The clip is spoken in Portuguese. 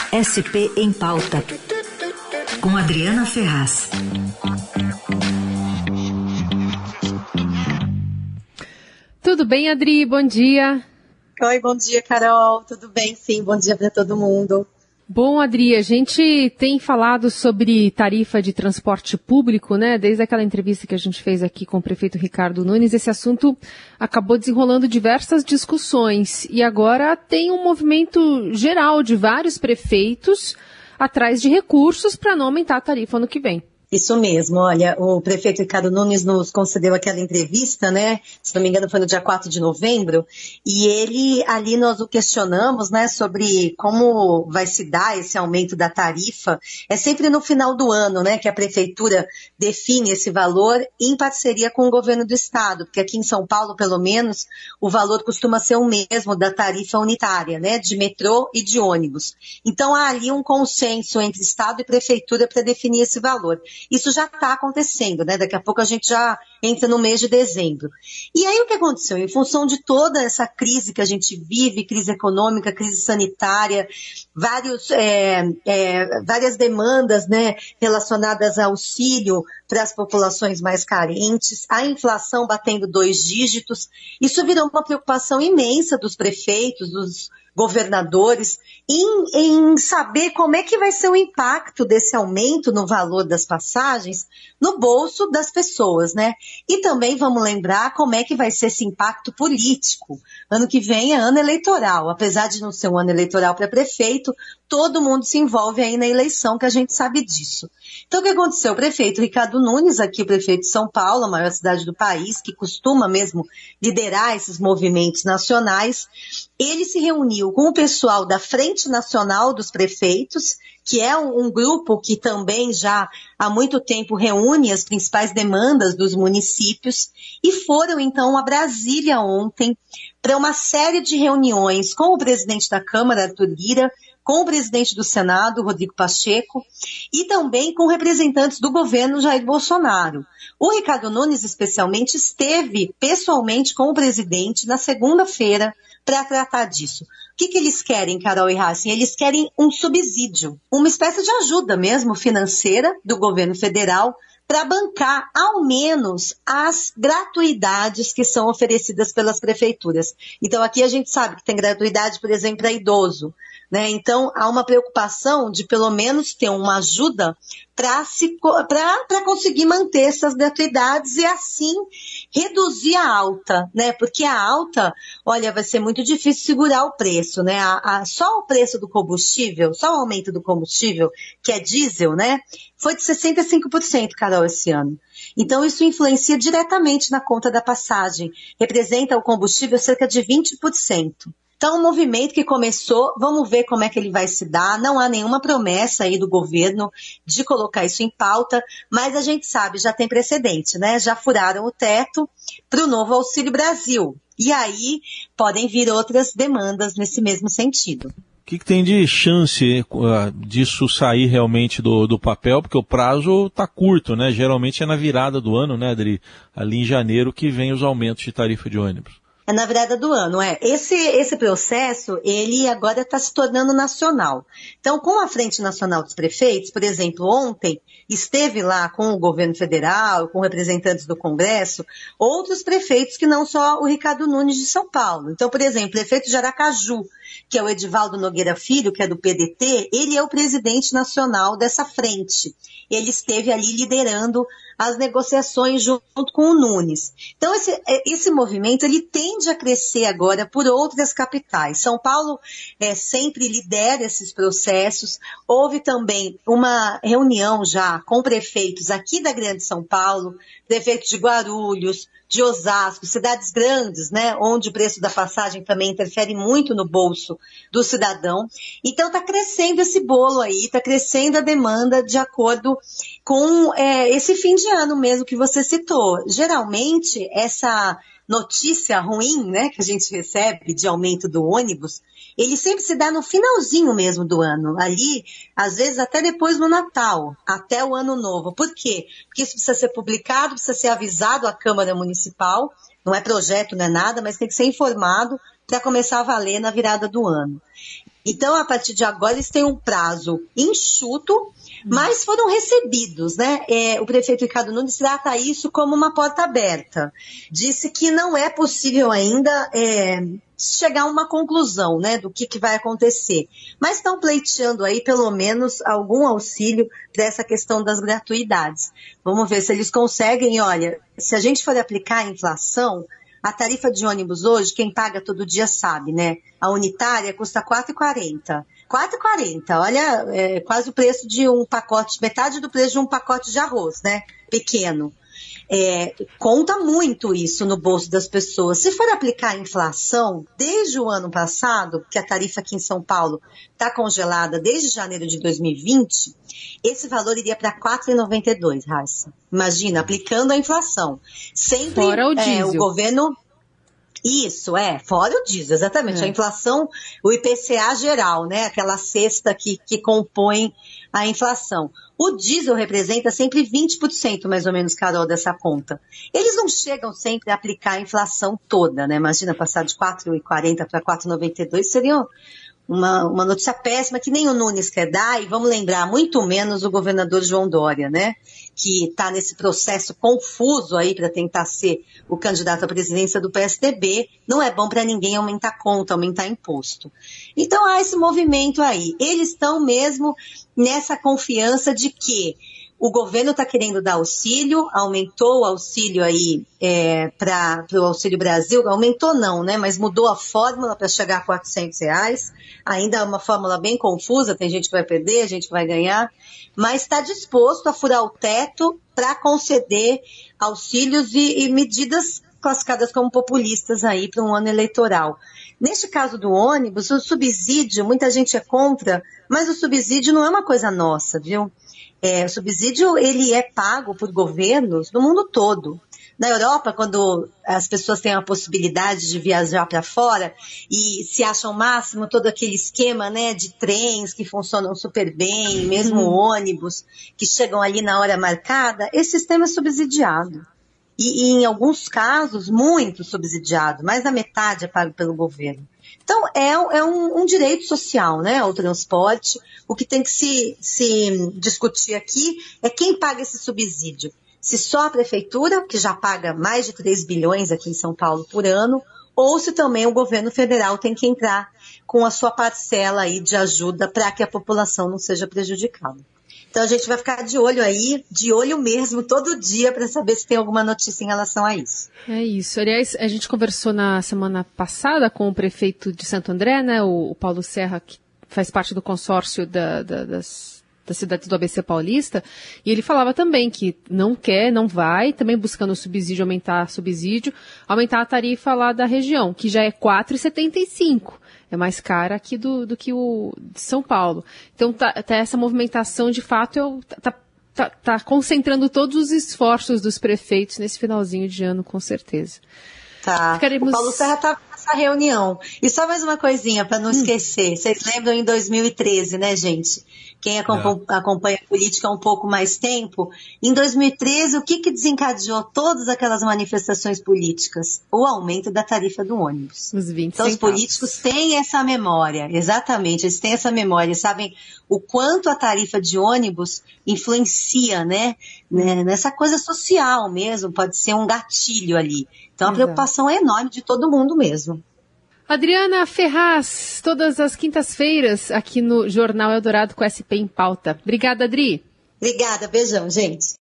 SP em Pauta, com Adriana Ferraz. Tudo bem, Adri? Bom dia. Oi, bom dia, Carol. Tudo bem? Sim, bom dia para todo mundo. Bom, Adri, a gente tem falado sobre tarifa de transporte público, né? Desde aquela entrevista que a gente fez aqui com o prefeito Ricardo Nunes, esse assunto acabou desenrolando diversas discussões. E agora tem um movimento geral de vários prefeitos atrás de recursos para não aumentar a tarifa ano que vem. Isso mesmo, olha, o prefeito Ricardo Nunes nos concedeu aquela entrevista, né, se não me engano foi no dia 4 de novembro, e ele, ali nós o questionamos, né, sobre como vai se dar esse aumento da tarifa. É sempre no final do ano, né, que a prefeitura define esse valor em parceria com o governo do estado, porque aqui em São Paulo, pelo menos, o valor costuma ser o mesmo da tarifa unitária, né, de metrô e de ônibus. Então há ali um consenso entre estado e prefeitura para definir esse valor. Isso já está acontecendo, né? Daqui a pouco a gente já entra no mês de dezembro. E aí o que aconteceu? Em função de toda essa crise que a gente vive, crise econômica, crise sanitária, várias demandas, né, relacionadas ao auxílio para as populações mais carentes, a inflação batendo 2 dígitos, isso virou uma preocupação imensa dos prefeitos, dos governadores, em saber como é que vai ser o impacto desse aumento no valor das passagens no bolso das pessoas, né? E também vamos lembrar como é que vai ser esse impacto político. Ano que vem é ano eleitoral, apesar de não ser um ano eleitoral para prefeito, todo mundo se envolve aí na eleição, que a gente sabe disso. Então o que aconteceu? O prefeito Ricardo Nunes, aqui o prefeito de São Paulo, a maior cidade do país, que costuma mesmo liderar esses movimentos nacionais, ele se reuniu com o pessoal da Frente Nacional dos Prefeitos, que é um grupo que também já há muito tempo reúne as principais demandas dos municípios, e foram então a Brasília ontem para uma série de reuniões com o presidente da Câmara, Arthur Lira, com o presidente do Senado, Rodrigo Pacheco, e também com representantes do governo Jair Bolsonaro. O Ricardo Nunes, especialmente, esteve pessoalmente com o presidente na segunda-feira para tratar disso. O que eles querem, Carol e Hassen? Eles querem um subsídio, uma espécie de ajuda mesmo financeira do governo federal para bancar, ao menos, as gratuidades que são oferecidas pelas prefeituras. Então, aqui a gente sabe que tem gratuidade, por exemplo, para idoso, né? Então, há uma preocupação de, pelo menos, ter uma ajuda para conseguir manter essas gratuidades e, assim, reduzir a alta, né? Porque a alta, olha, vai ser muito difícil segurar o preço, né? Só o preço do combustível, só o aumento do combustível, que é diesel, né? Foi de 65%, Carol, esse ano. Então, isso influencia diretamente na conta da passagem. Representa o combustível cerca de 20%. Então, um movimento que começou, vamos ver como é que ele vai se dar. Não há nenhuma promessa aí do governo de colocar isso em pauta, mas a gente sabe, já tem precedente, né? Já furaram o teto para o novo Auxílio Brasil. E aí podem vir outras demandas nesse mesmo sentido. O que tem de chance disso sair realmente do papel? Porque o prazo está curto, né? Geralmente é na virada do ano, né, Adri? Ali em janeiro que vem os aumentos de tarifa de ônibus. É na virada do ano, é. Esse processo, ele agora está se tornando nacional. Então, com a Frente Nacional dos Prefeitos, por exemplo, ontem esteve lá com o governo federal, com representantes do Congresso, outros prefeitos que não só o Ricardo Nunes de São Paulo. Então, por exemplo, o prefeito de Aracaju, que é o Edivaldo Nogueira Filho, que é do PDT, ele é o presidente nacional dessa frente. Ele esteve ali liderando as negociações junto com o Nunes. Então, esse movimento, ele tende a crescer agora por outras capitais. São Paulo sempre lidera esses processos. Houve também uma reunião já com prefeitos aqui da Grande São Paulo, prefeitos de Guarulhos, de Osasco, cidades grandes, né, onde o preço da passagem também interfere muito no bolso do cidadão. Então está crescendo esse bolo aí, está crescendo a demanda de acordo com esse fim de ano mesmo que você citou. Geralmente, essa notícia ruim, né, que a gente recebe de aumento do ônibus, ele sempre se dá no finalzinho mesmo do ano, ali, às vezes até depois do Natal, até o Ano Novo. Por quê? Porque isso precisa ser publicado, precisa ser avisado à Câmara Municipal, não é projeto, não é nada, mas tem que ser informado para começar a valer na virada do ano. Então, a partir de agora, eles têm um prazo enxuto, mas foram recebidos, né? O prefeito Ricardo Nunes trata isso como uma porta aberta. Disse que não é possível ainda chegar a uma conclusão, né, do que vai acontecer. Mas estão pleiteando aí, pelo menos, algum auxílio para essa questão das gratuidades. Vamos ver se eles conseguem. Olha, se a gente for aplicar a inflação, a tarifa de ônibus hoje, quem paga todo dia sabe, né? A unitária custa R$ 4,40. R$ 4,40, olha, quase o preço de um pacote, metade do preço de um pacote de arroz, né? Pequeno. Conta muito isso no bolso das pessoas. Se for aplicar a inflação, desde o ano passado, que a tarifa aqui em São Paulo está congelada desde janeiro de 2020, esse valor iria para R$ 4,92, Raíssa. Imagina, aplicando a inflação. Sempre fora o diesel. O governo... Isso, fora o diesel, exatamente. A inflação, o IPCA geral, né? Aquela cesta que compõe a inflação. O diesel representa sempre 20%, mais ou menos, Carol, dessa conta. Eles não chegam sempre a aplicar a inflação toda, né? Imagina passar de 4,40 para 4,92, seria uma notícia péssima que nem o Nunes quer dar, e vamos lembrar, muito menos o governador João Dória, né? Que está nesse processo confuso aí para tentar ser o candidato à presidência do PSDB. Não é bom para ninguém aumentar conta, aumentar imposto. Então há esse movimento aí. Eles estão mesmo nessa confiança de que o governo está querendo dar auxílio, aumentou o auxílio aí para o Auxílio Brasil, aumentou não, né? Mas mudou a fórmula para chegar a R$ 400. Ainda é uma fórmula bem confusa, tem gente que vai perder, gente que vai ganhar, mas está disposto a furar o teto para conceder auxílios e medidas classificadas como populistas aí para um ano eleitoral. Neste caso do ônibus, o subsídio, muita gente é contra, mas o subsídio não é uma coisa nossa, viu? O subsídio, ele é pago por governos no mundo todo. Na Europa, quando as pessoas têm a possibilidade de viajar para fora e se acham o máximo, todo aquele esquema, né, de trens que funcionam super bem, mesmo ônibus que chegam ali na hora marcada, esse sistema é subsidiado. E em alguns casos, muito subsidiado, mais da metade é pago pelo governo. Então, é um direito social, né, o transporte. O que tem que se discutir aqui é quem paga esse subsídio. Se só a prefeitura, que já paga mais de 3 bilhões aqui em São Paulo por ano, ou se também o governo federal tem que entrar com a sua parcela aí de ajuda para que a população não seja prejudicada. Então a gente vai ficar de olho aí, de olho mesmo, todo dia, para saber se tem alguma notícia em relação a isso. É isso. Aliás, a gente conversou na semana passada com o prefeito de Santo André, né, o Paulo Serra, que faz parte do consórcio das cidades do ABC Paulista, e ele falava também que não quer, não vai, também buscando subsídio, aumentar a tarifa lá da região, que já é R$ 4,75. É mais cara aqui do que o de São Paulo. Então, tá essa movimentação, de fato, tá concentrando todos os esforços dos prefeitos nesse finalzinho de ano, com certeza. Tá. O Paulo Serra estava nessa reunião. E só mais uma coisinha para não esquecer. Vocês lembram em 2013, né, gente? Quem acompanha a política há um pouco mais tempo, em 2013, o que desencadeou todas aquelas manifestações políticas? O aumento da tarifa do ônibus. Os 20 então, os políticos têm essa memória, exatamente, eles têm essa memória, sabem o quanto a tarifa de ônibus influencia, né, nessa coisa social mesmo, pode ser um gatilho ali. Então, a preocupação é enorme de todo mundo mesmo. Adriana Ferraz, todas as quintas-feiras aqui no Jornal Eldorado com SP em Pauta. Obrigada, Adri. Obrigada, beijão, gente.